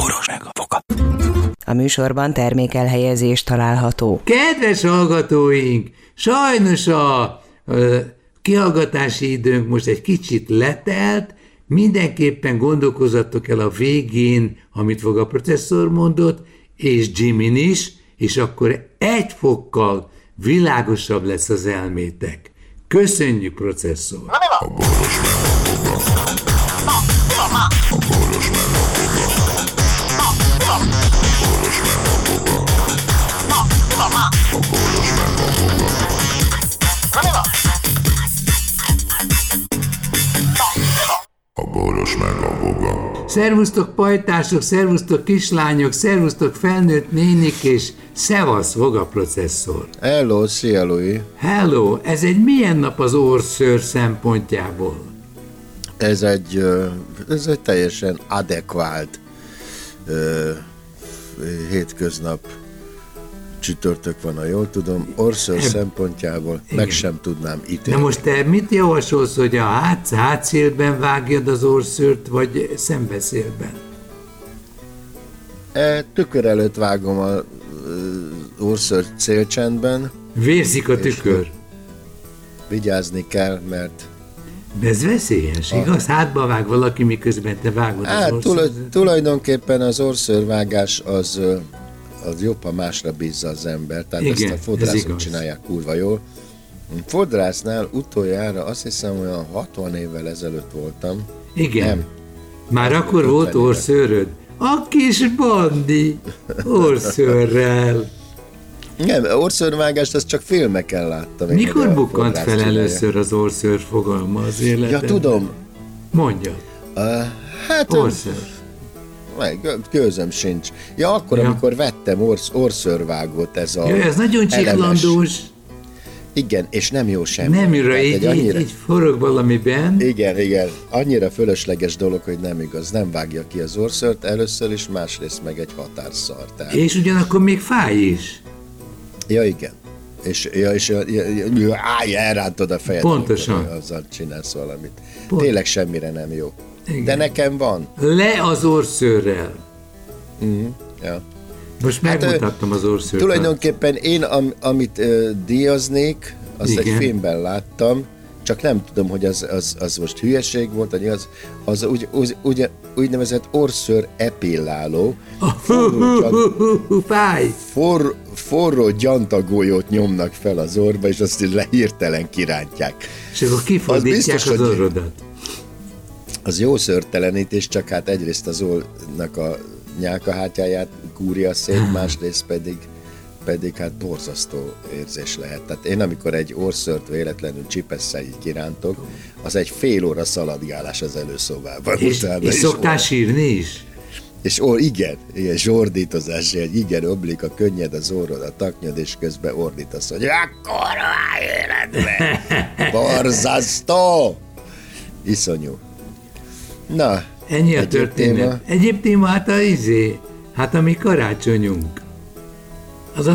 boros meg a foka. A műsorban termékelhelyezés található. Kedves hallgatóink, sajnos a kihallgatási időnk most egy kicsit letelt, mindenképpen gondolkozzatok el a végén, amit fog a processzor mondott, és Jimin is, és akkor 1 fokkal világosabb lesz az elmétek. Köszönjük, processzor! Szervusztok pajtások, szervusztok kislányok, szervusztok felnőtt nénik, és szevasz, Voga processzor. Hello, szia Louis. Hello, ez egy milyen nap az orrszőr szempontjából? Ez egy teljesen adekvált hétköznap, csütörtök van, ha jól tudom, orrszőr szempontjából igen. Meg sem tudnám ítélni. Na most te mit javasolsz, hogy a hátszélben vágjad az orrszőrt, vagy szembeszélben? Tükör előtt vágom az orrszőrt célcsendben. Vérzik a tükör. Vigyázni kell, mert... De ez veszélyes, igaz? Hátba vág valaki, miközben te vágod az orrszőrt. Tulajdonképpen az orrszőrvágás az jobb, ha másra bízza az ember, tehát igen, ezt a fodrászok csinálják kurva jól. Fodrásznál utoljára azt hiszem olyan 60 évvel ezelőtt voltam. Igen. Nem. Már akkor volt orrszőröd? A kis Bandi orrszőrrel. Nem, orrszőrvágást azt csak filmeken láttam. Mikor bukkant fel először az orrszőr fogalma az életedben? Ja, tudom. Mondjad. Orrszőr. Gőzöm sincs. Ja, akkor, amikor vettem orrszőrvágót, ez a... Ja, ez nagyon csiklandós. Igen, és nem jó semmi. Nem jó, így forog valamiben. Igen. Annyira fölösleges dolog, hogy nem igaz. Nem vágja ki az orrszőrt először is, másrészt meg egy határszar. Tehát... És ugyanakkor még fáj is. Ja, igen. És elrántod a fejed. Pontosan. Azzal csinálsz valamit. Tényleg semmire nem jó. Igen. De nekem van. Le az orrszőrrel. Ja. Most megmutattam az orrszőrt. Tulajdonképpen én, amit díjaznék, azt egy filmben láttam, csak nem tudom, hogy az most hülyeség volt, vagy az úgynevezett orrszőr epilláló. Forró gyantagójót nyomnak fel az orrba, és azt hirtelen kirántják. És akkor kifordítják az orrodat. Az jó szőrtelenítés, csak hát egyrészt az orrnak a nyálkahártyáját gúrja szét, másrészt pedig hát borzasztó érzés lehet. Tehát én, amikor egy orrszőrt véletlenül csipesszel így kirántok, az egy fél óra szaladgálás az előszobában. És szoktál sírni is? És igen, zsordítozás, igen, öblik a könnyed az orrod, a taknyod, és közben ordítasz, hogy akkor életbe! Borzasztó! Iszonyú. Na, ennyi a történet. Egyéb téma hát a mi karácsonyunk. Az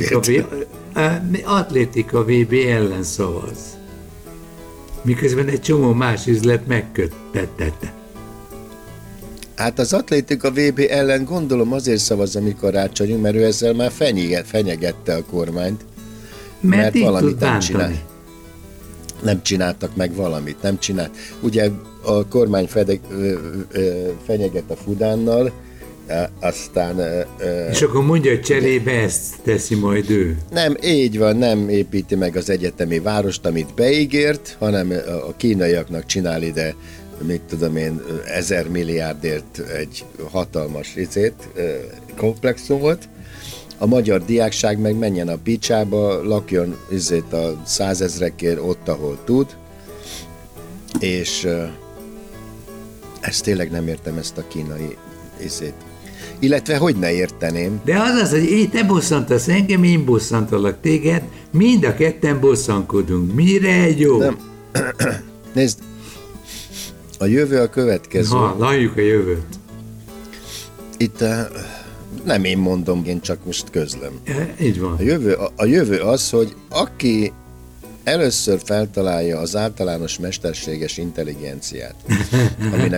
atlétika VB ellen szavaz. Miközben egy csomó más üzlet megköttetette. Hát az atlétika VB ellen gondolom azért szavaz a mi karácsonyunk, mert ő ezzel már fenyegette a kormányt. Mert valamit nem csinál. Nem csináltak meg valamit, nem csinált. Ugye a kormány fenyeget a Fudánnal, aztán... És akkor mondja, hogy cserébe ezt teszi majd ő. Nem, így van, nem építi meg az egyetemi várost, amit beígért, hanem a kínaiaknak csinál ide, mit tudom én, 1000 milliárdért egy hatalmas komplexumot. A magyar diákság meg menjen a picsába, lakjon a 100 000-ekért ott, ahol tud, és ezt tényleg nem értem, ezt a kínai Illetve, hogy ne érteném. De az, hogy te bosszantasz engem, én bosszantalak téged, mind a ketten bosszankodunk. Mire jó? Nem. Nézd, a jövő a következő. Halljuk a jövőt. Itt nem én mondom, én csak most közlöm. Így van. A jövő az, hogy aki először feltalálja az általános mesterséges intelligenciát,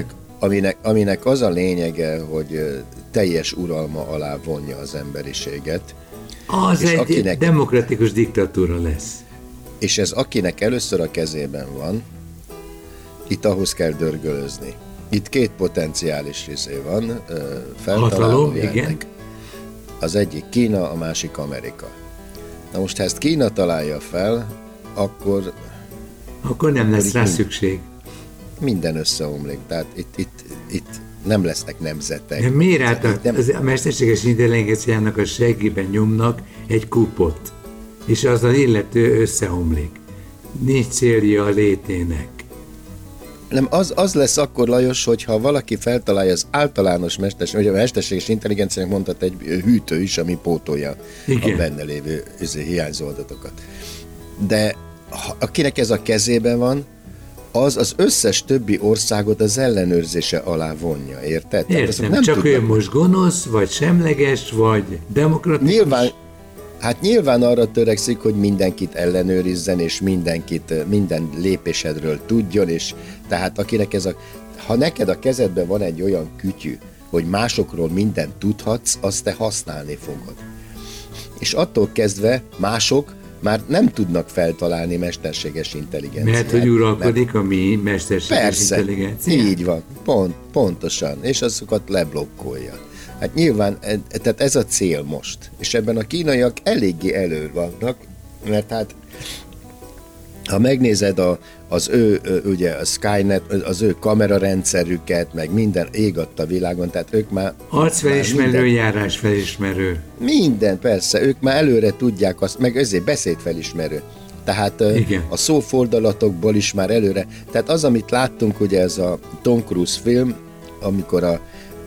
aminek az a lényege, hogy teljes uralma alá vonja az emberiséget. Az egy demokratikus diktatúra lesz. És ez akinek először a kezében van, itt ahhoz kell dörgölözni. Itt két potenciális részé van, feltaláló jelnek. Az egyik Kína, a másik Amerika. Na most, ha ezt Kína találja fel, akkor nem lesz rá szükség. Minden összeomlik, tehát itt nem lesznek nemzetek. De miért a mesterséges intelligenciának a seggében nyomnak egy kupot, és az az illető összeomlik. Nincs célja a létének. Nem, az lesz akkor, Lajos, hogyha valaki feltalálja az általános mesterséges intelligenciának mondhat egy hűtő is, ami pótolja a benne lévő hiányzó adatokat. De akinek ez a kezében van, az összes többi országot az ellenőrzése alá vonja, érted? Értem, nem csak ő most gonosz, vagy semleges, vagy demokratikus. Nyilván arra törekszik, hogy mindenkit ellenőrizzen, és minden lépésedről tudjon, és tehát akinek ha neked a kezedben van egy olyan kütyű, hogy másokról mindent tudhatsz, azt te használni fogod. És attól kezdve mások már nem tudnak feltalálni mesterséges intelligenciát. Mert hogy uralkodik a mi mesterséges intelligencia. Így van, pontosan, és azokat leblokkolja. Hát nyilván, tehát ez a cél most, és ebben a kínaiak eléggé elő vannak, mert hát ha megnézed az ő ugye a Skynet, az ő kamerarendszerüket, meg minden ég adta a világon, tehát ők már... Arcfelismerő, járásfelismerő. Minden, persze, ők már előre tudják azt, meg ezért beszédfelismerő. Tehát a szófordulatokból is már előre. Tehát az, amit láttunk, ugye ez a Tom Cruise film, amikor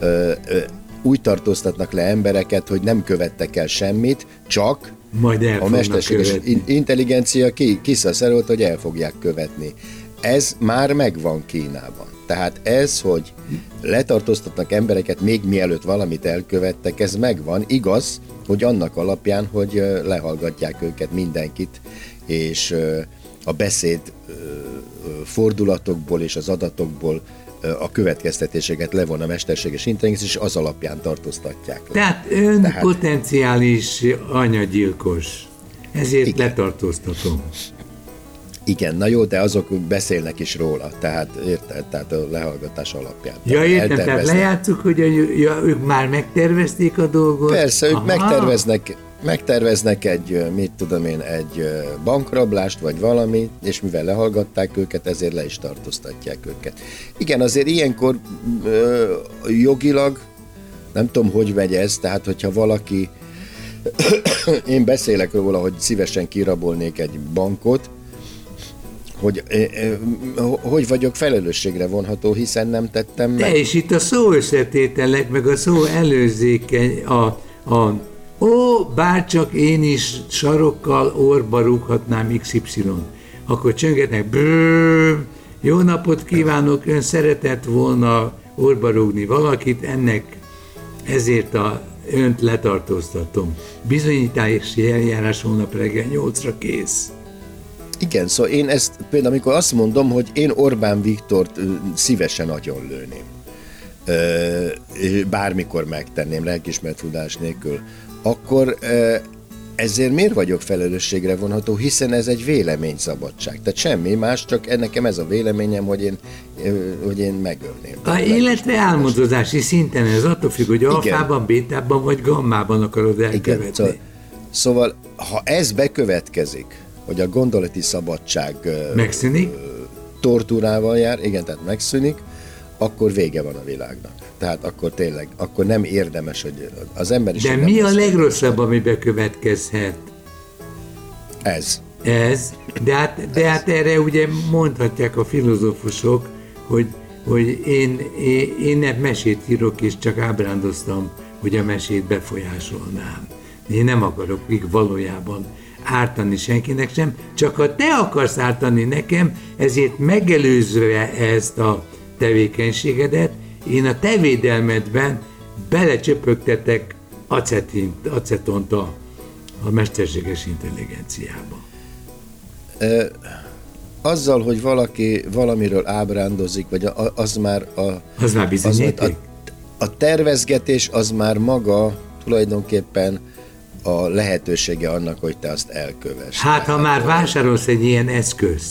úgy tartóztatnak le embereket, hogy nem követtek el semmit, csak majd a mesterséges intelligencia kiszaszerolt, hogy el fogják követni. Ez már megvan Kínában. Tehát ez, hogy letartóztatnak embereket még mielőtt valamit elkövettek, ez megvan. Igaz, hogy annak alapján, hogy lehallgatják őket mindenkit, és a beszéd fordulatokból és az adatokból a következtetéseket levon a mesterséges intelligencia, és az alapján tartóztatják le. Tehát potenciális anyagyilkos. Ezért letartóztatom. Igen, na jó, de azok beszélnek is róla, tehát érted, tehát a lehallgatás alapján. Ja, értem, tehát lejátszuk, hogy ők már megtervezték a dolgot. Persze, ők megterveznek egy, mit tudom én, egy bankrablást, vagy valami, és mivel lehallgatták őket, ezért le is tartóztatják őket. Igen, azért ilyenkor jogilag, nem tudom, hogy megy ez, tehát hogyha valaki, én beszélek róla, hogy szívesen kirabolnék egy bankot, hogy vagyok felelősségre vonható, hiszen nem tettem meg. De és itt a szó összetételek, meg a szó előzékeny, bárcsak én is sarokkal orba rúghatnám XY. Akkor csöngetnek, jó napot kívánok, ön szeretett volna orba rúgni valakit, ezért önt letartóztatom. Bizonyítási eljárás holnap reggel 8-ra kész. Igen, szóval én ezt például, amikor azt mondom, hogy én Orbán Viktort szívesen agyonlőném. Bármikor megtenném, lelkiismert tudás nélkül. Akkor ezért miért vagyok felelősségre vonható, hiszen ez egy véleményszabadság. Tehát semmi más, csak nekem ez a véleményem, hogy én megölném. Illetve álmodozási szinten ez attól függ, hogy alfában, bétában vagy gammában akarod elkövetni. Igen, szóval, ha ez bekövetkezik, hogy a gondolati szabadság megszűnik, tortúrával jár, igen, tehát megszűnik, akkor vége van a világnak. Tehát akkor tényleg, akkor nem érdemes, hogy az ember is... De mi a legrosszabb, ami bekövetkezhet? Ez. De hát erre ugye mondhatják a filozófusok, hogy én nem mesét írok, és csak ábrándoztam, hogy a mesét befolyásolnám. Én nem akarok valójában ártani senkinek sem, csak ha te akarsz ártani nekem, ezért megelőzve ezt a tevékenységedet, én a te védelmedben belecsöpögtetek acetont a mesterséges intelligenciába. azzal, hogy valaki valamiről ábrándozik, vagy az már bizonyíték? A tervezgetés az már maga tulajdonképpen a lehetősége annak, hogy te azt elkövess. Hát, ha már vásárolsz egy ilyen eszközt.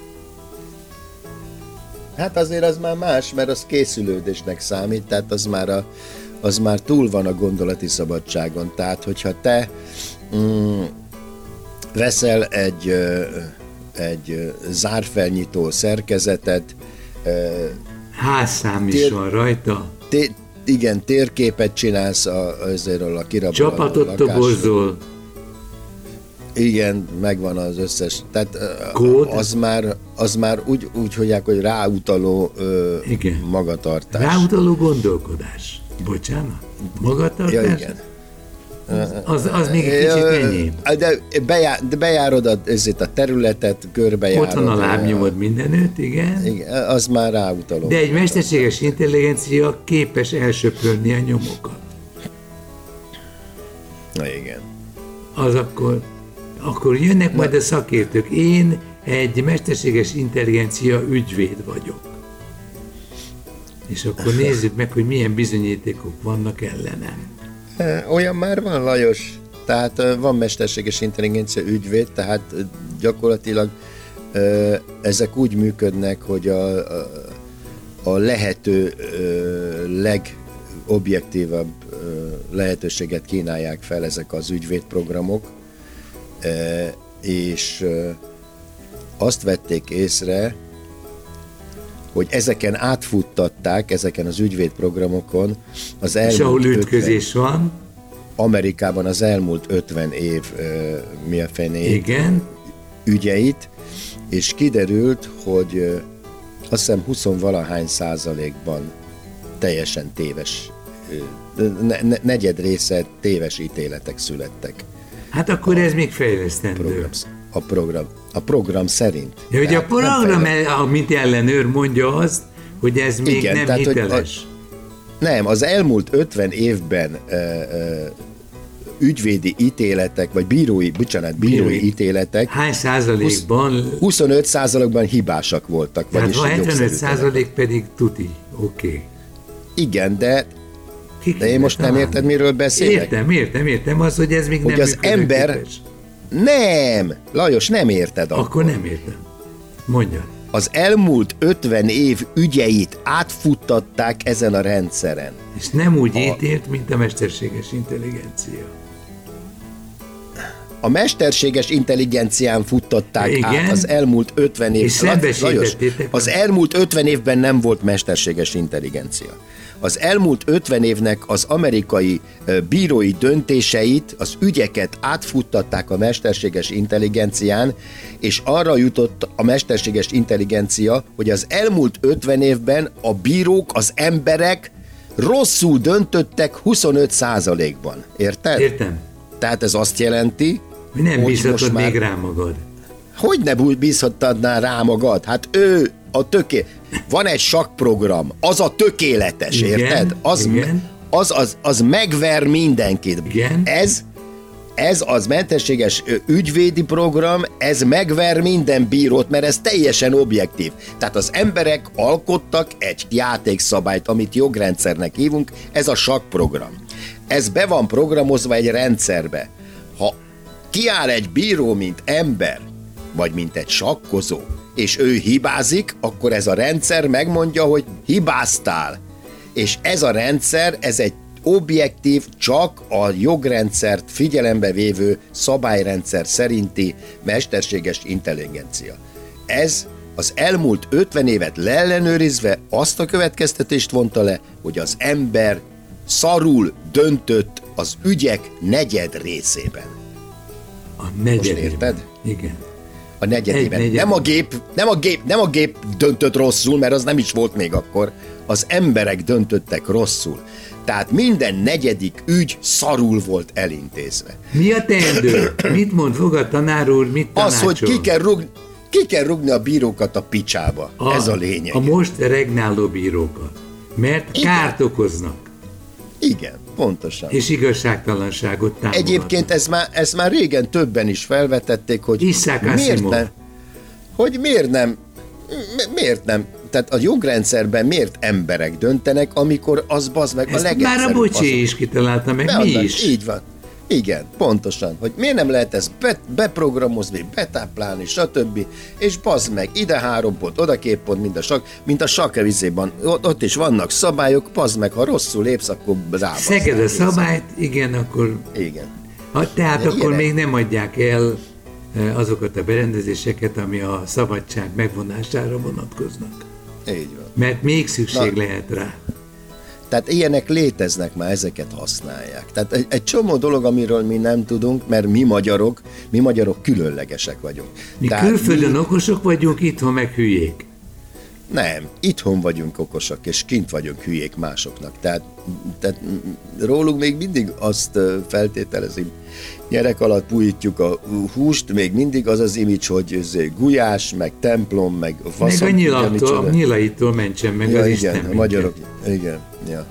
Hát azért az már más, mert az készülődésnek számít, tehát az már túl van a gondolati szabadságon. Tehát, hogyha te veszel egy zárfelnyitó szerkezetet, házszám is van rajta. Igen, térképet csinálsz azért a kiraboló csapatot toborzol. Igen, megvan az összes. Tehát az már úgy hívják, hogy ráutaló magatartás. Ráutaló gondolkodás. Bocsánat? Magatartás? Ja, igen. Az még egy kicsit enyém. De bejárod a területet, körbejárod. Ott van a lábnyomod mindenütt, igen. Igen, az már ráutaló. De egy mesterséges intelligencia képes elsöpörni a nyomokat. Na igen. Az akkor jönnek majd a szakértők. Én egy mesterséges intelligencia ügyvéd vagyok. És akkor nézzük meg, hogy milyen bizonyítékok vannak ellenem. Olyan már van, Lajos. Tehát van mesterséges intelligencia ügyvéd, tehát gyakorlatilag ezek úgy működnek, hogy a lehető legobjektívabb lehetőséget kínálják fel ezek az ügyvédprogramok, és azt vették észre, hogy ezeken átfuttatták, ezeken az ügyvédprogramokon az elmúlt és ahol ütközés van. Amerikában az elmúlt 50 év igen. ügyeit, és kiderült, hogy azt hiszem 20-valahány százalékban teljesen téves, negyed része téves ítéletek születtek. Hát akkor ez még fejlesztendő. A program szerint. De hogy a program, mint ellenőr mondja azt, hogy ez még igen, nem tehát, hiteles. Nem, az elmúlt 50 évben ügyvédi ítéletek, vagy bírói ítéletek. Hány százalékban? 25%-ban hibásak voltak. Tehát 75% pedig tuti. Oké. Igen, de én most nem érted, miről beszélek? Értem. Az, hogy ez még hogy nem az ember... képes. Nem! Lajos, nem érted akkor nem értem. Mondja. Az elmúlt 50 év ügyeit átfuttatták ezen a rendszeren. És nem úgy ítélt, mint a mesterséges intelligencia. A mesterséges intelligencián futtatták át az elmúlt 50 év. És Lajos, az elmúlt 50 évben nem volt mesterséges intelligencia. Az elmúlt 50 évnek az amerikai bírói döntéseit, az ügyeket átfuttatták a mesterséges intelligencián, és arra jutott a mesterséges intelligencia, hogy az elmúlt 50 évben a bírók, az emberek rosszul döntöttek 25%-ban. Érted? Értem. Tehát ez azt jelenti, hogy nem bízhatod még rá magad. Hogy ne bízhattadnál rá magad? Hát ő a van egy sakkprogram, az a tökéletes, igen, érted? Az megver mindenkit. Igen. Ez az mesterséges ügyvédi program, ez megver minden bírót, mert ez teljesen objektív. Tehát az emberek alkottak egy játékszabályt, amit jogrendszernek hívunk, ez a sakkprogram. Ez be van programozva egy rendszerbe. Ha kiáll egy bíró, mint ember, vagy mint egy sakkozó, és ő hibázik, akkor ez a rendszer megmondja, hogy hibáztál. És ez a rendszer, ez egy objektív, csak a jogrendszert figyelembe vévő szabályrendszer szerinti mesterséges intelligencia. Ez az elmúlt 50 évet leellenőrizve azt a következtetést vonta le, hogy az ember szarul döntött az ügyek negyed részében. A negyedében. Most érted? Igen. A negyedében. Nem a gép döntött rosszul, mert az nem is volt még akkor. Az emberek döntöttek rosszul. Tehát minden negyedik ügy szarul volt elintézve. Mi a teendő? Mit mond Foga tanár úr, mit tanácsol? Az, hogy ki kell rugni a bírókat a picsába. Ez a lényeg. A most regnáló bírókat. Mert igen, kárt okoznak. Igen, pontosan. És igazságtalanságot támogatnak. Egyébként ez már régen többen is felvetették, hogy hogy miért nem, tehát a jogrendszerben miért emberek döntenek, amikor az bazd meg a legegyszerűbb. Már a Bocsi is kitalálta, meg mi is. Így van. Igen, pontosan, hogy miért nem lehet ezt beprogramozni, betáplálni, stb. És bazd meg, ide 3 pont, oda 2 pont, mint a sakkevizében. Ott is vannak szabályok, bazd meg, ha rosszul lépsz, akkor rábaszd. Szeged a szabályt, igen, akkor... Igen. Tehát akkor ilyenek. Még nem adják el azokat a berendezéseket, ami a szabadság megvonására vonatkoznak. Így van. Mert még szükség lehet rá. Tehát ilyenek léteznek már, ezeket használják. Tehát egy csomó dolog, amiről mi nem tudunk, mert mi magyarok különlegesek vagyunk. Mi külföldön okosok vagyunk, itthon meg hülyék. Nem, itthon vagyunk okosak, és kint vagyunk hülyék másoknak. Tehát róluk még mindig azt feltételezik, nyerek alatt pújítjuk a húst, még mindig az az image, hogy gulyás, meg templom, meg faszom. Meg a nyilaitól mentsen meg az igen, Isten. A magyarok, igen.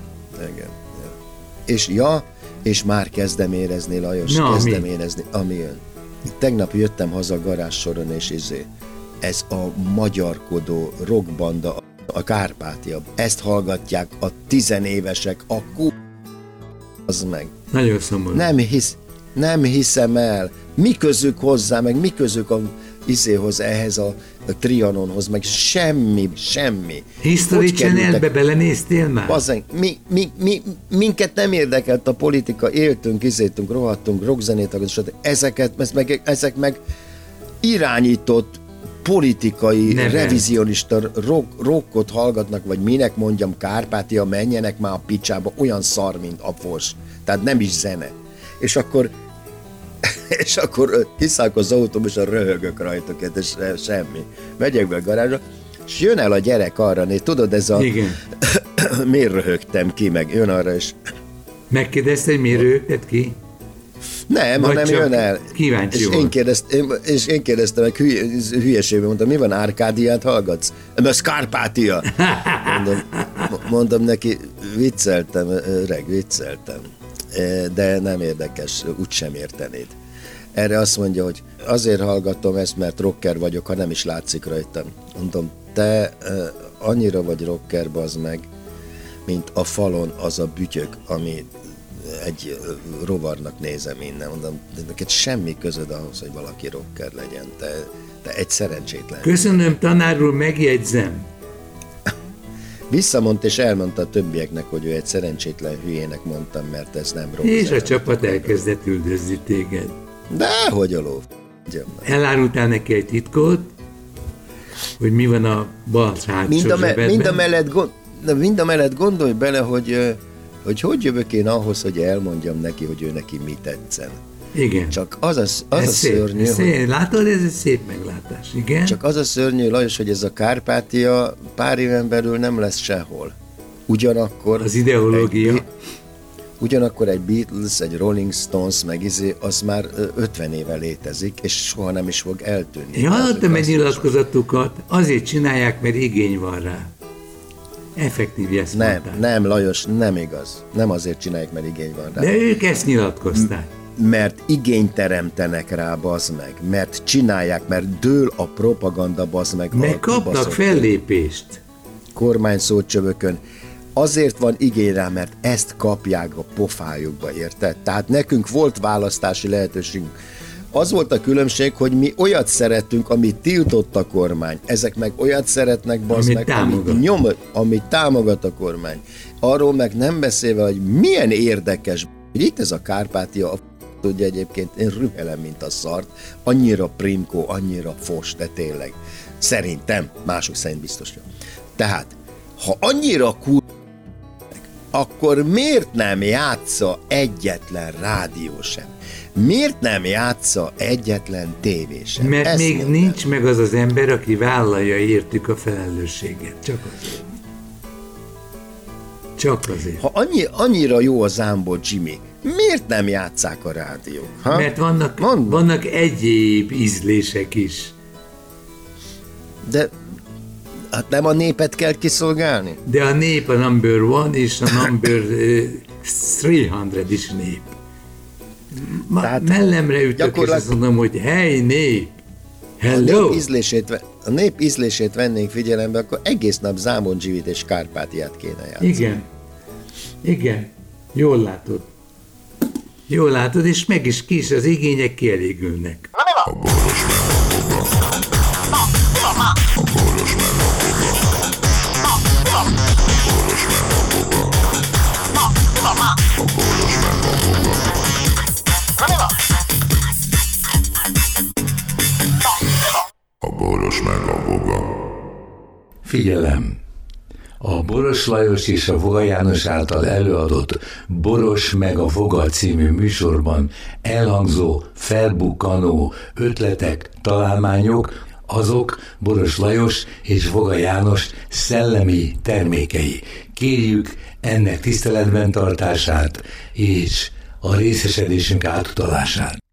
És már kezdem érezni, Lajos, ami jön. Tegnap jöttem haza a garázssoron, és ez a magyarkodó rockbanda, a Kárpátia. Ezt hallgatják a 10 évesek, az meg. Nagyon szomorú. Nem hiszem el. Mi közük hozzá, meg mi közük ehhez a Trianonhoz, meg semmi. History Channelbe belenéztél már? Bazen, minket nem érdekelt a politika, éltünk, rohadtunk, rockzenét, ezek meg irányított politikai, revizionista rockot hallgatnak, vagy minek mondjam, Kárpátia, menjenek már a picsába, olyan szar, mint a fos. Tehát nem is zene. És akkor kiszállok az autóm, és röhögök rajtuk, és semmi. Megyek be a garázsra, és jön el a gyerek arra, tudod, ez a... Igen. Miért röhögtem ki, meg jön arra, és... Megkérdezte, hogy miért röhögted ki? Nem, hanem jön el. Kíváncsi volt. És én kérdeztem, meg hülyeségben mondtam, mi van, Árkádiát hallgatsz? Ez Kárpátia. Mondom neki, vicceltem, de nem érdekes, úgysem értenéd. Erre azt mondja, hogy azért hallgatom ezt, mert rocker vagyok, ha nem is látszik rajtam. Mondom, te annyira vagy rocker, bazd meg, mint a falon az a bütyök, ami egy rovarnak nézem innen. Mondom, de neked semmi közöd ahhoz, hogy valaki rocker legyen. Te egy szerencsétlen. Köszönöm, tanár úr, megjegyzem. Visszamondta és elmondta a többieknek, hogy ő egy szerencsétlen hülyének mondtam, mert ez nem rock. És a csapat elkezdett üldözni téged. Dehogy a ló. Elárultál neki egy titkot, hogy mi van a bal hátsó zsebedben. Mind a mellett gondolj bele, hogy jövök én ahhoz, hogy elmondjam neki, hogy ő neki mi tetszen. Igen. Csak az a szörnyű, hogy... Látod, ez egy szép meglátás, igen. Csak az a szörnyű, Lajos, hogy ez a Kárpátia pár éven belül nem lesz sehol. Ugyanakkor... Az ideológia. Ugyanakkor egy Beatles, egy Rolling Stones, meg az már 50 éve létezik, és soha nem is fog eltűnni. Én hallottam egy nyilatkozatukat, azért csinálják, mert igény van rá. Effektív ezt mondták. Nem, Lajos, nem igaz. Nem azért csinálják, mert igény van rá. De ők ezt nyilatkozták. Mert igényt teremtenek rá, bazd meg. Mert csinálják, mert dől a propaganda, bazd meg. Meg kapnak fellépést. Kormány szócsövökön. Azért van igény rá, mert ezt kapják a pofájukba, érted? Tehát nekünk volt választási lehetőségünk. Az volt a különbség, hogy mi olyat szeretünk, amit tiltott a kormány. Ezek meg olyat szeretnek, bazd meg, amit támogat a kormány. Arról meg nem beszélve, hogy milyen érdekes, hogy itt ez a Kárpátia, ugye egyébként én rühelem, mint a szart, annyira primkó, annyira fos, de tényleg. Szerintem, mások szerint biztos. Tehát, ha annyira akkor miért nem játsza egyetlen rádió sem? Miért nem játsza egyetlen tévé sem? Mert ezt még mondom. Nincs meg az az ember, aki vállalja értük a felelősséget. Csak azért. Ha annyira jó a Zámbó Jimmy, miért nem játsszák a rádiók? Ha? Mert vannak egyéb ízlések is. De hát nem a népet kell kiszolgálni? De a nép a number 1 és a number 300 is nép. Mellemre ütök, és azt mondom, hogy hely nép! A nép ízlését vennénk figyelembe, akkor egész nap Zámon Dzsivit és Kárpátiát kéne játszani. Igen. Jól látod, és meg is ki is az igények kielégülnek. A boros meg a boga. A boros meg a boga. A boros meg a boga. A boros meg a boga. A boros meg a boga. Figyelem! A Boros Lajos és a Voga János által előadott Boros meg a Voga című műsorban elhangzó, felbukkanó ötletek, találmányok, azok Boros Lajos és Voga János szellemi termékei. Kérjük ennek tiszteletben tartását és a részesedésünk átutalását.